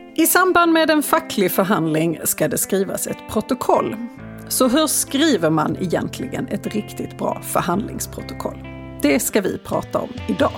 I samband med en facklig förhandling ska det skrivas ett protokoll. Så hur skriver man egentligen ett riktigt bra förhandlingsprotokoll? Det ska vi prata om idag.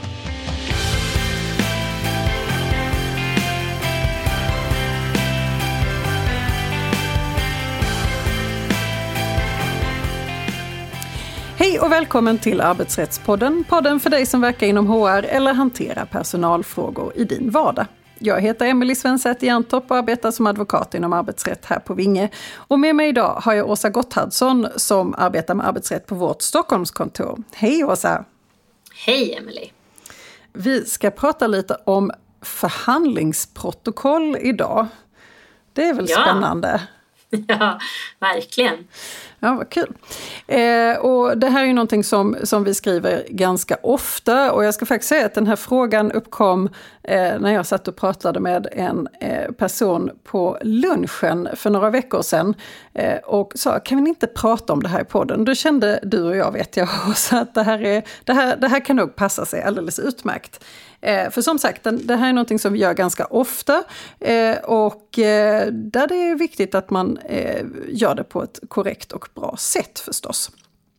Hej och välkommen till Arbetsrättspodden, podden för dig som verkar inom HR eller hanterar personalfrågor i din vardag. Jag heter Emelie Svensäth Jerntorp och arbetar som advokat inom arbetsrätt här på Vinge. Och med mig idag har jag Åsa Gotthardsson som arbetar med arbetsrätt på vårt Stockholmskontor. Hej Åsa! Hej Emelie! Vi ska prata lite om förhandlingsprotokoll idag. Det är väl spännande? Ja, verkligen. Ja, vad kul. Och det här är ju någonting som vi skriver ganska ofta. Och jag ska faktiskt säga att den här frågan uppkom när jag satt och pratade med en person på lunchen för några veckor sedan. Och sa, kan vi inte prata om det här i podden? Då kände du och jag, vet jag, så att det här kan nog passa sig alldeles utmärkt. För som sagt, det här är någonting som vi gör ganska ofta och där det är viktigt att man gör det på ett korrekt och bra sätt förstås.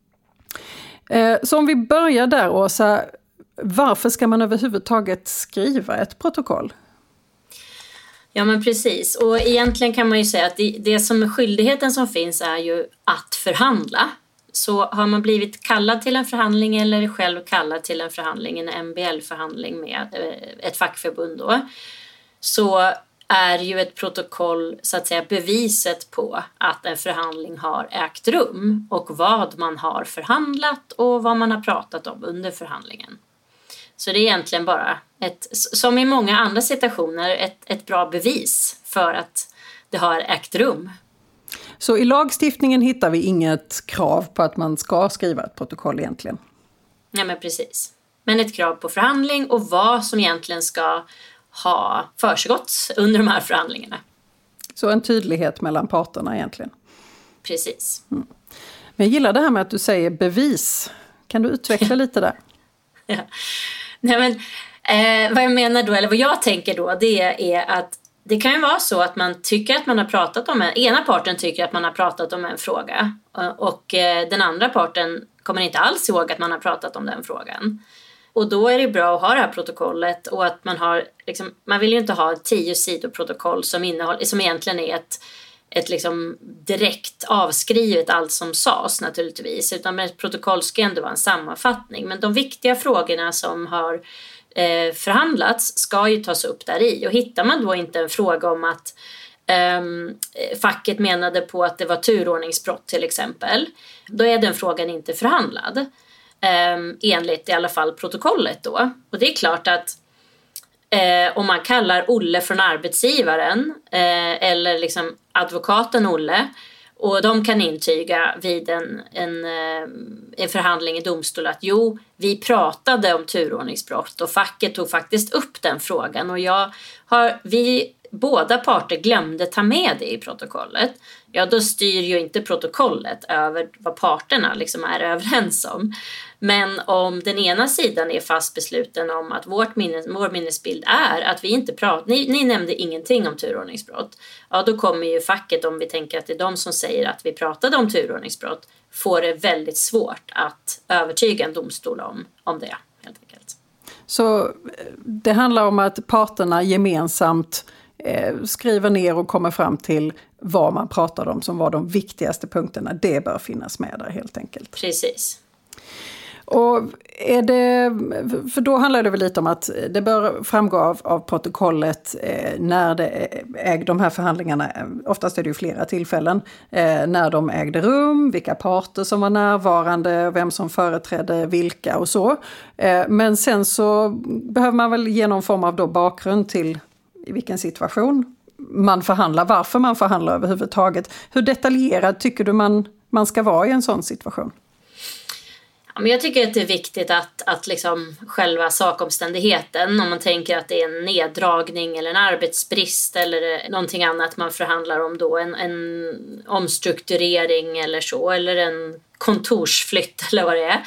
Så om vi börjar där, Åsa, varför ska man överhuvudtaget skriva ett protokoll? Ja men precis, och egentligen kan man ju säga att det som skyldigheten som finns är ju att förhandla. Så har man blivit kallad till en förhandling eller själv kallad till en förhandling, en MBL-förhandling med ett fackförbund då, så är ju ett protokoll så att säga beviset på att en förhandling har ägt rum och vad man har förhandlat och vad man har pratat om under förhandlingen. Så det är egentligen bara som i många andra situationer, ett bra bevis för att det har ägt rum. Så i lagstiftningen hittar vi inget krav på att man ska skriva ett protokoll egentligen? Ja men precis. Men ett krav på förhandling och vad som egentligen ska ha försiggått under de här förhandlingarna. Så en tydlighet mellan parterna egentligen? Precis. Mm. Men jag gillar det här med att du säger bevis. Kan du utveckla lite där? Ja. Nej, men, vad jag menar då, eller vad jag tänker då, det är att det kan ju vara så att man tycker att man har pratat om ena parten tycker att man har pratat om en fråga och den andra parten kommer inte alls ihåg att man har pratat om den frågan. Och då är det bra att ha det här protokollet och att man har, liksom, man vill ju inte ha 10 sidor protokoll som egentligen är ett liksom direkt avskrivet allt som sades naturligtvis, utan ett protokoll ska ändå vara en sammanfattning. Men de viktiga frågorna som har förhandlats ska ju tas upp där i. Och hittar man då inte en fråga om att facket menade på att det var turordningsbrott till exempel, då är den frågan inte förhandlad enligt i alla fall protokollet då. Och det är klart att om man kallar Olle från arbetsgivaren eller liksom advokaten Olle och de kan intyga vid en förhandling i domstol att jo, vi pratade om turordningsbrott och facket tog faktiskt upp den frågan och båda parter glömde ta med det i protokollet. Ja, då styr ju inte protokollet över vad parterna liksom är överens om. Men om den ena sidan är fast besluten om att vår minnesbild är att vi inte ni nämnde ingenting om turordningsbrott. Ja, då kommer ju facket, om vi tänker att det är de som säger att vi pratade om turordningsbrott, får det väldigt svårt att övertyga en domstol om det helt enkelt. Så det handlar om att parterna gemensamt skriver ner och kommer fram till vad man pratade om som var de viktigaste punkterna. Det bör finnas med där helt enkelt. Precis. Och för då handlar det väl lite om att det bör framgå av protokollet när de här förhandlingarna, oftast är det ju flera tillfällen, när de ägde rum, vilka parter som var närvarande, vem som företrädde vilka och så. Men sen så behöver man väl ge någon form av då bakgrund till i vilken situation man förhandlar, varför man förhandlar överhuvudtaget. Hur detaljerad tycker du man ska vara i en sån situation? Ja, men jag tycker att det är viktigt att liksom själva sakomständigheten, om man tänker att det är en neddragning eller en arbetsbrist eller någonting annat man förhandlar om då, en omstrukturering eller så, eller en kontorsflytt eller vad det är.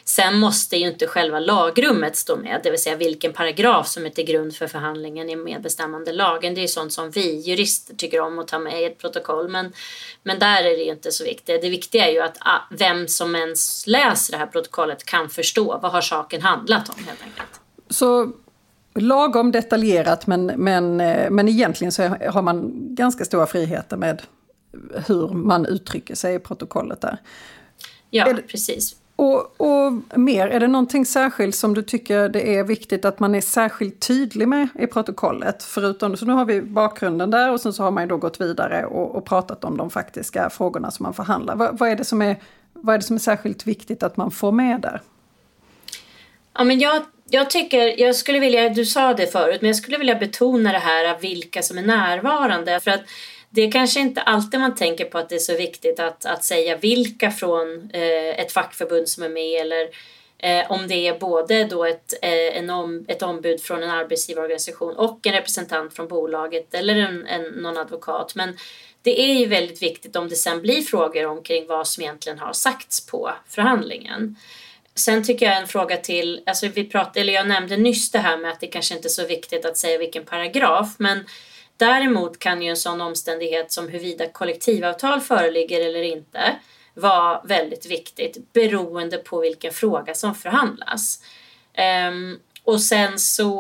Sen måste ju inte själva lagrummet stå med, det vill säga vilken paragraf som är till grund för förhandlingen i medbestämmande lagen. Det är sånt som vi jurister tycker om att ta med i ett protokoll, men där är det ju inte så viktigt. Det viktiga är ju att vem som ens läser det här protokollet kan förstå vad har saken handlat om helt enkelt. Så lagom detaljerat, men egentligen så har man ganska stora friheter med hur man uttrycker sig i protokollet där. Ja, precis. Och mer, är det någonting särskilt som du tycker det är viktigt att man är särskilt tydlig med i protokollet? Förutom, så nu har vi bakgrunden där och sen så har man ju då gått vidare och pratat om de faktiska frågorna som man förhandlar. Vad är det som är särskilt viktigt att man får med där? Ja, men jag skulle vilja, du sa det förut, men jag skulle vilja betona det här vilka som är närvarande. För att det är kanske inte alltid man tänker på att det är så viktigt att säga vilka från ett fackförbund som är med, eller om det är både då ett ombud från en arbetsgivarorganisation och en representant från bolaget eller någon advokat. Men det är ju väldigt viktigt om det sen blir frågor omkring vad som egentligen har sagts på förhandlingen. Sen tycker jag en fråga till, alltså jag nämnde nyss det här med att det kanske inte är så viktigt att säga vilken paragraf, men däremot kan ju en sån omständighet som huruvida kollektivavtal föreligger eller inte vara väldigt viktigt beroende på vilken fråga som förhandlas. Och sen så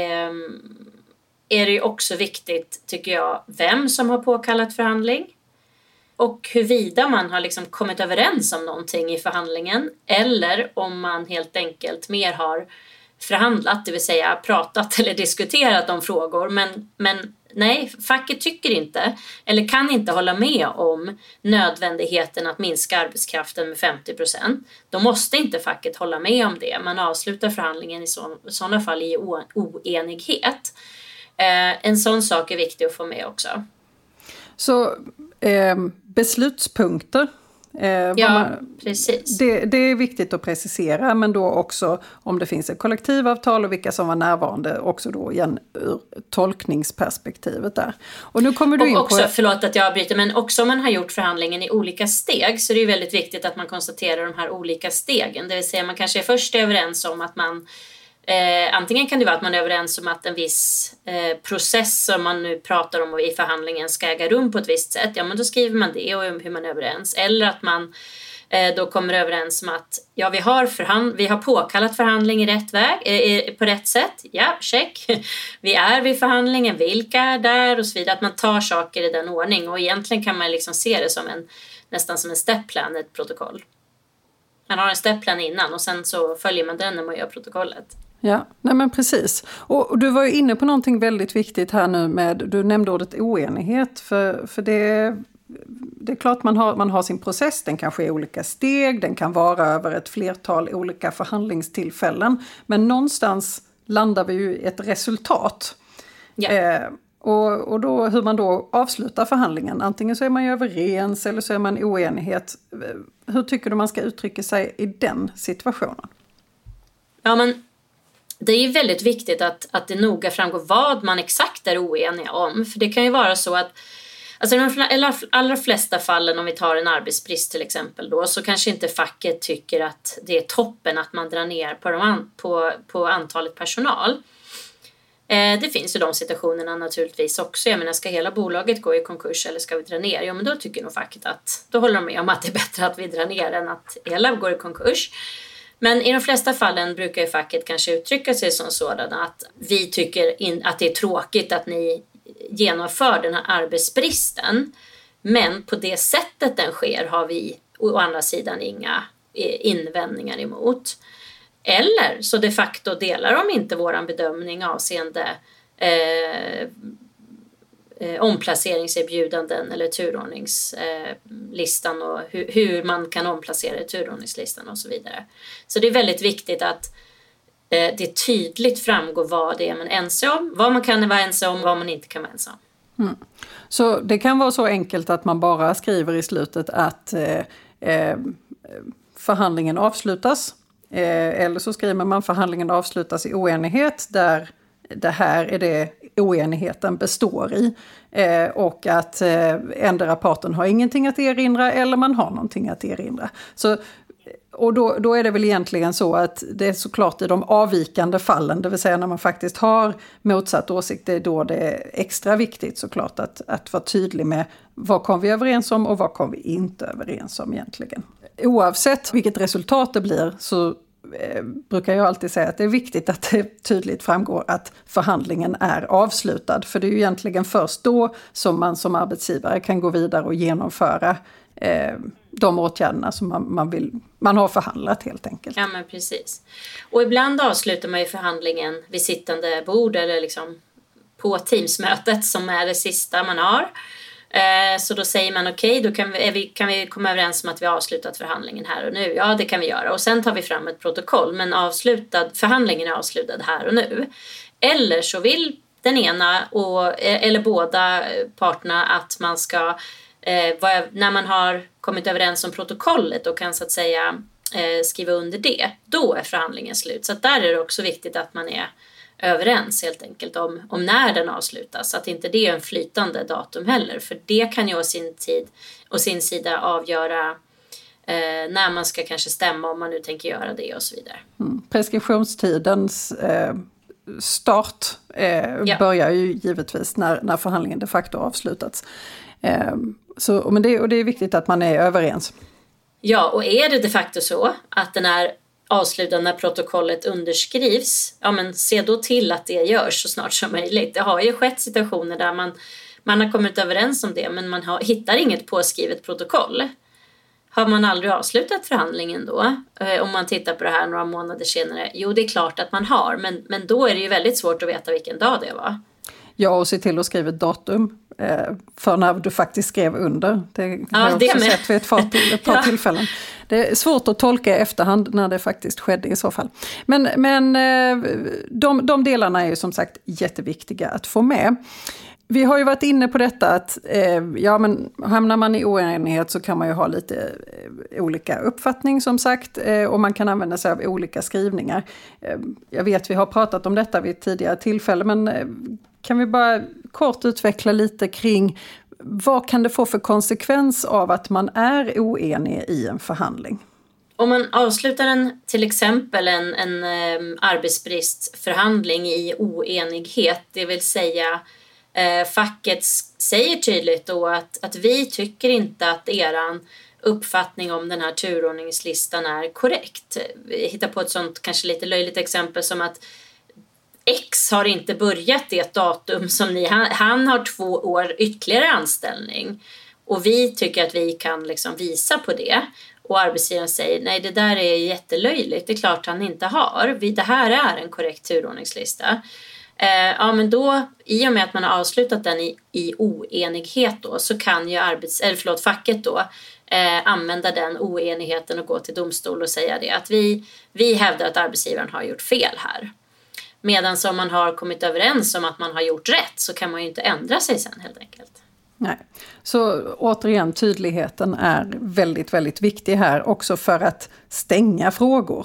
är det ju också viktigt, tycker jag, vem som har påkallat förhandling och huruvida man har liksom kommit överens om någonting i förhandlingen eller om man helt enkelt mer har förhandlat, det vill säga pratat eller diskuterat om frågor, men nej, facket tycker inte eller kan inte hålla med om nödvändigheten att minska arbetskraften med 50%. Då måste inte facket hålla med om det. Man avslutar förhandlingen i sådana fall i oenighet. En sån sak är viktig att få med också. Så beslutspunkter. Precis. Det är viktigt att precisera, men då också om det finns ett kollektivavtal och vilka som var närvarande också då igen ur tolkningsperspektivet där. Och nu kommer du in också, på... Förlåt att jag avbryter, men också om man har gjort förhandlingen i olika steg så är det ju väldigt viktigt att man konstaterar de här olika stegen. Det vill säga man kanske är först överens om att man antingen kan det vara att man är överens om att en viss process som man nu pratar om i förhandlingen ska äga rum på ett visst sätt. Ja, men då skriver man det och hur man är överens. Eller att man då kommer överens om att ja, vi har påkallat förhandling i rätt väg, på rätt sätt. Ja, check. Vi är vid förhandlingen, vilka är där och så vidare. Att man tar saker i den ordning. Och egentligen kan man liksom se det som nästan som en stepplan, ett protokoll. Man har en stepplan innan och sen så följer man den när man gör protokollet. Ja, nej men precis. Och du var ju inne på någonting väldigt viktigt här nu du nämnde ordet oenighet. För det är klart man har sin process, den kan ske i olika steg, den kan vara över ett flertal olika förhandlingstillfällen. Men någonstans landar vi ju i ett resultat. Ja. Och då, hur man då avslutar förhandlingen, antingen så är man ju överens eller så är man oenighet. Hur tycker du man ska uttrycka sig i den situationen? Ja, men det är ju väldigt viktigt att det noga framgår vad man exakt är oeniga om. För det kan ju vara så att alltså i de allra flesta fallen, om vi tar en arbetsbrist till exempel då, så kanske inte facket tycker att det är toppen att man drar ner på antalet personal. Det finns ju de situationerna naturligtvis också. Jag menar, ska hela bolaget gå i konkurs eller ska vi dra ner? Ja, men då tycker nog facket då håller de med om att det är bättre att vi drar ner än att hela går i konkurs. Men i de flesta fallen brukar ju facket kanske uttrycka sig som sådana att vi tycker att det är tråkigt att ni genomför den här arbetsbristen. Men på det sättet den sker har vi å andra sidan inga invändningar emot. Eller så de facto delar de inte våran bedömning avseende omplaceringserbjudanden eller turordningslistan och hur man kan omplacera i turordningslistan och så vidare. Så det är väldigt viktigt att det tydligt framgår vad det är man är ense om, vad man kan vara ense om, vad man inte kan vara ense om. Mm. Så det kan vara så enkelt att man bara skriver i slutet att förhandlingen avslutas. Eller så skriver man förhandlingen avslutas i oenighet där det här är det oenigheten består i. Och att ändra parten har ingenting att erinra eller man har någonting att erinra. Så Och då är det väl egentligen så att det är såklart i de avvikande fallen, det vill säga när man faktiskt har motsatt åsikt, det är då det är extra viktigt såklart att vara tydlig med vad kom vi överens om och vad kom vi inte överens om egentligen. Oavsett vilket resultat det blir så brukar jag alltid säga att det är viktigt att det tydligt framgår att förhandlingen är avslutad. För det är ju egentligen först då som man som arbetsgivare kan gå vidare och genomföra de åtgärderna som man har förhandlat helt enkelt. Ja, men precis. Och ibland avslutar man ju förhandlingen vid sittande bord eller liksom på Teamsmötet som är det sista man har. Så då säger man okej, då kan vi komma överens om att vi har avslutat förhandlingen här och nu. Ja, det kan vi göra. Och sen tar vi fram ett protokoll, men förhandlingen är avslutad här och nu. Eller så vill den ena eller båda parterna att man ska, när man har kommit överens om protokollet och kan så att säga skriva under det, då är förhandlingen slut. Så att där är det också viktigt att man är överens helt enkelt om när den avslutas. Så att inte det är en flytande datum heller. För det kan ju sin sida avgöra när man ska kanske stämma, om man nu tänker göra det och så vidare. Preskriptionstidens start börjar ju givetvis när förhandlingen de facto avslutats. Men det är viktigt att man är överens. Ja, och är det de facto så att den är avslutad när protokollet underskrivs, ja men se då till att det görs så snart som möjligt. Det har ju skett situationer där man har kommit överens om det, men man hittar inget påskrivet protokoll. Har man aldrig avslutat förhandlingen då? Om man tittar på det här några månader senare. Jo, det är klart att man har, men då är det ju väldigt svårt att veta vilken dag det var. Ja, och se till att skriva ett datum för när du faktiskt skrev under. Det har jag också sett vid ett par tillfällen. Det är svårt att tolka i efterhand när det faktiskt skedde i så fall. Men de delarna är ju som sagt jätteviktiga att få med. Vi har ju varit inne på detta att hamnar man i oenighet så kan man ju ha lite olika uppfattning som sagt, och man kan använda sig av olika skrivningar. Jag vet vi har pratat om detta vid tidigare tillfällen, men kan vi bara kort utveckla lite kring vad kan det få för konsekvens av att man är oenig i en förhandling? Om man avslutar till exempel en arbetsbristförhandling i oenighet, det vill säga facket säger tydligt då att vi tycker inte att eran uppfattning om den här turordningslistan är korrekt. Vi hittar på ett sånt kanske lite löjligt exempel som att X har inte börjat det datum som han har 2 år ytterligare anställning och vi tycker att vi kan liksom visa på det, och arbetsgivaren säger nej, det där är jättelöjligt, det är klart han inte har, det här är en korrekt turordningslista. Ja, men då, i och med att man har avslutat den i oenighet då, så kan ju facket då använda den oenigheten och gå till domstol och säga det, att vi hävdar att arbetsgivaren har gjort fel här. Medan om man har kommit överens om att man har gjort rätt, så kan man ju inte ändra sig sen helt enkelt. Nej, så återigen, tydligheten är väldigt, väldigt viktig här också för att stänga frågor.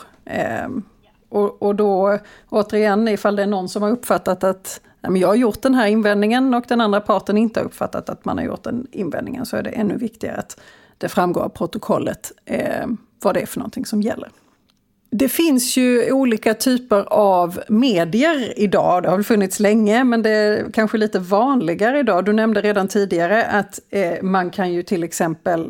Och då återigen, ifall det är någon som har uppfattat att jag har gjort den här invändningen och den andra parten inte har uppfattat att man har gjort den invändningen, så är det ännu viktigare att det framgår av protokollet vad det är för någonting som gäller. Det finns ju olika typer av medier idag. Det har väl funnits länge, men det är kanske lite vanligare idag. Du nämnde redan tidigare att man kan ju till exempel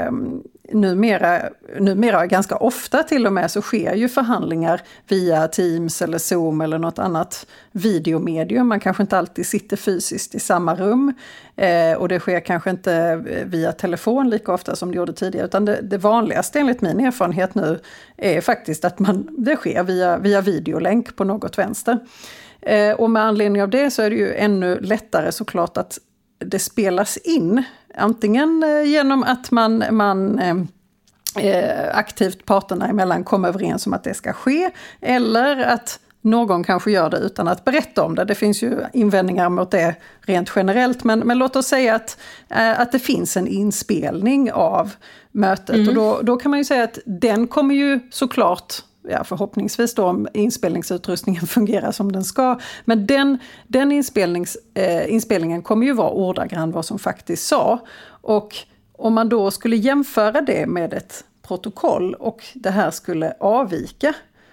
numera ganska ofta till och med så sker ju förhandlingar via Teams eller Zoom eller något annat videomedium. Man kanske inte alltid sitter fysiskt i samma rum och det sker kanske inte via telefon lika ofta som det gjorde tidigare, utan det vanligaste enligt min erfarenhet nu är faktiskt att det sker via videolänk på något vänster. Och med anledning av det så är det ju ännu lättare såklart att det spelas in. Antingen genom att man aktivt parterna emellan kommer överens om att det ska ske, eller att någon kanske gör det utan att berätta om det. Det finns ju invändningar mot det rent generellt, men låt oss säga att det finns en inspelning av mötet. Och då kan man ju säga att den kommer ju såklart, förhoppningsvis då om inspelningsutrustningen fungerar som den ska. Men den inspelningen kommer ju vara ordagrann vad som faktiskt sa. Och om man då skulle jämföra det med ett protokoll och det här skulle avvika.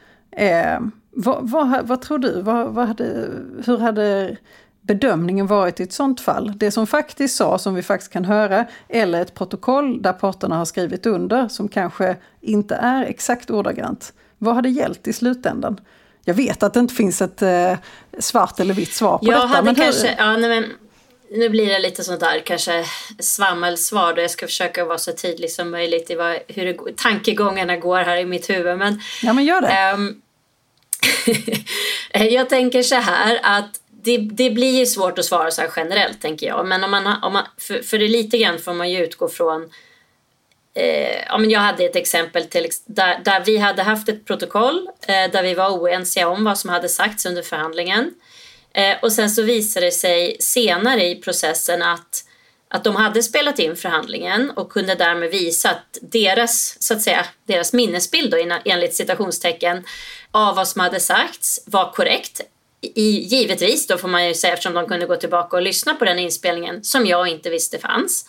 Vad tror du? Hur hade bedömningen varit i ett sånt fall? Det som faktiskt sa, som vi faktiskt kan höra, eller ett protokoll där parterna har skrivit under som kanske inte är exakt ordagrant. Vad hade gällt i slutändan? Jag vet att det inte finns ett svart eller vitt svar på detta. Men nu blir det lite sånt där kanske svammelsvar, och jag ska försöka vara så tydlig som möjligt i hur tankegångarna går här i mitt huvud. Men gör det. Jag tänker så här att det blir ju svårt att svara så här generellt, tänker jag. Men om man för det lite grann får man ju utgå från men jag hade ett exempel där vi hade haft ett protokoll där vi var oense om vad som hade sagts under förhandlingen. Och sen så visade det sig senare i processen att de hade spelat in förhandlingen och kunde därmed visa att deras minnesbild då, enligt citationstecken av vad som hade sagts var korrekt. Givetvis, då får man ju säga, eftersom de kunde gå tillbaka och lyssna på den inspelningen som jag inte visste fanns.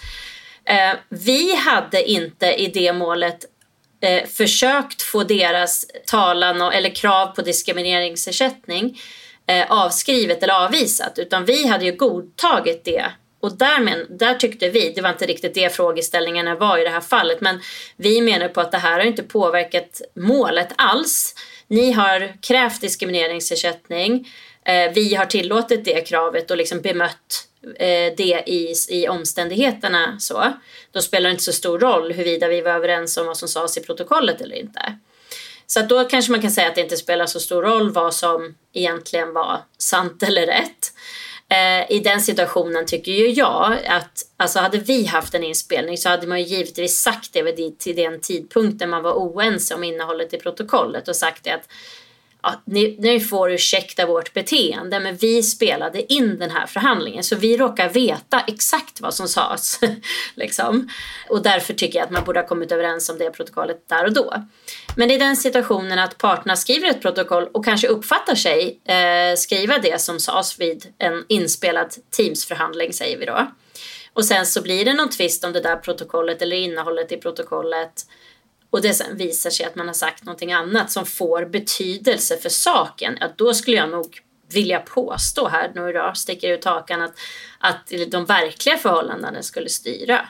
Vi hade inte i det målet försökt få deras talan eller krav på diskrimineringsersättning avskrivet eller avvisat, utan vi hade ju godtagit det. Och där tyckte vi, det var inte riktigt det frågeställningarna var i det här fallet, men vi menar på att det här har inte påverkat målet alls. Ni har krävt diskrimineringsersättning, vi har tillåtit det kravet och liksom bemött det i omständigheterna. Så då spelar det inte så stor roll huruvida vi var överens om vad som sades i protokollet eller inte. Så att då kanske man kan säga att det inte spelar så stor roll vad som egentligen var sant eller rätt. I den situationen tycker ju jag att alltså hade vi haft en inspelning så hade man ju givetvis sagt det till den tidpunkten man var oense om innehållet i protokollet och sagt det att ni får ursäkta vårt beteende, men vi spelade in den här förhandlingen så vi råkar veta exakt vad som sades. liksom. Och därför tycker jag att man borde ha kommit överens om det protokollet där och då. Men i den situationen att parterna skriver ett protokoll och kanske uppfattar sig skriva det som sades vid en inspelad teamsförhandling, säger vi då. Och sen så blir det någon tvist om det där protokollet eller innehållet i protokollet. Och det sen visar sig att man har sagt någonting annat som får betydelse för saken. Ja, då skulle jag nog vilja påstå här, nu då sticker ut hakan, att de verkliga förhållandena skulle styra.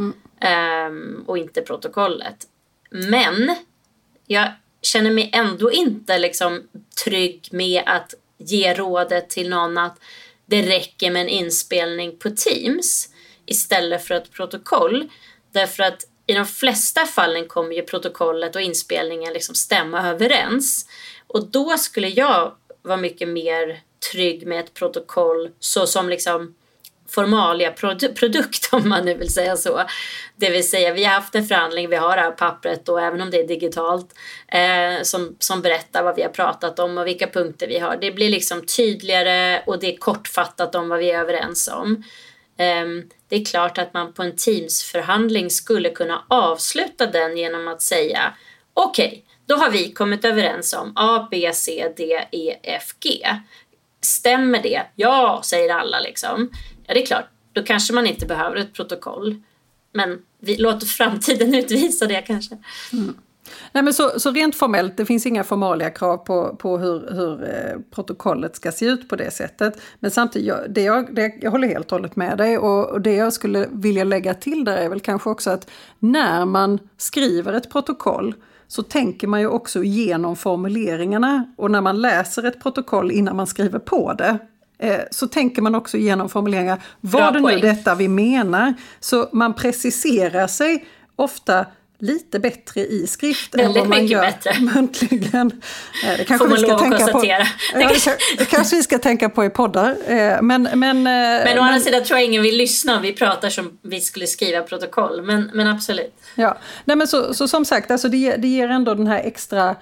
Och inte protokollet. Men jag känner mig ändå inte liksom trygg med att ge rådet till någon att det räcker med en inspelning på Teams istället för ett protokoll. Därför att i de flesta fallen kommer ju protokollet och inspelningen liksom stämma överens. Och då skulle jag vara mycket mer trygg med ett protokoll så som liksom formalia produkt, om man nu vill säga så. Det vill säga, vi har haft en förhandling, vi har det här pappret och även om det är digitalt som berättar vad vi har pratat om och vilka punkter vi har. Det blir liksom tydligare och det är kortfattat om vad vi är överens om. Det är klart att man på en Teams-förhandling skulle kunna avsluta den genom att säga okej, då har vi kommit överens om A, B, C, D, E, F, G. Stämmer det? Ja, säger alla liksom. Ja, det är klart. Då kanske man inte behöver ett protokoll. Men vi låter framtiden utvisa det kanske. Nej, men så rent formellt, det finns inga formaliga krav på hur protokollet ska se ut på det sättet. Men samtidigt, jag håller helt och hållet med dig. Och det jag skulle vilja lägga till där är väl kanske också att när man skriver ett protokoll så tänker man ju också igenom formuleringarna. Och när man läser ett protokoll innan man skriver på det så tänker man också igenom formuleringar. Vad det nu detta vi menar. Så man preciserar sig ofta lite bättre i skrift än vad man gör muntligen. Det kanske vi ska tänka på. Det kanske vi ska tänka på i poddar. Men å andra sidan tror jag ingen vill lyssna om vi pratar som vi skulle skriva protokoll. Men absolut. Ja, nej, men så som sagt, alltså det ger ändå den här extra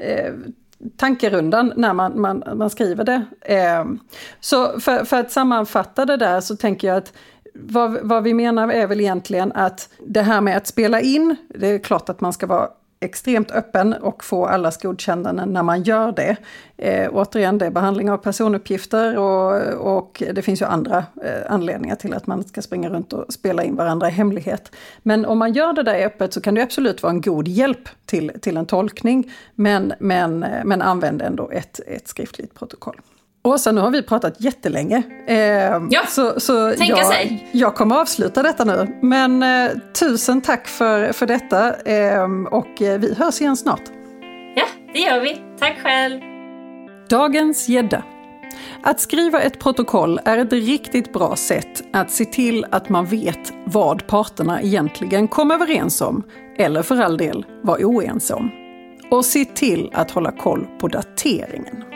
tankerundan när man skriver det. Så för att sammanfatta det där så tänker jag att vad vi menar är väl egentligen att det här med att spela in, det är klart att man ska vara extremt öppen och få allas godkännanden när man gör det. Återigen, det är behandling av personuppgifter och det finns ju andra anledningar till att man ska springa runt och spela in varandra i hemlighet. Men om man gör det där öppet så kan det absolut vara en god hjälp till en tolkning, men använd ändå ett skriftligt protokoll. Åsa, nu har vi pratat jättelänge. Så jag kommer avsluta detta nu. Men tusen tack för detta och vi hörs igen snart. Ja, det gör vi. Tack själv. Dagens gädda. Att skriva ett protokoll är ett riktigt bra sätt att se till att man vet vad parterna egentligen kom överens om, eller för all del var oense om. Och se till att hålla koll på dateringen.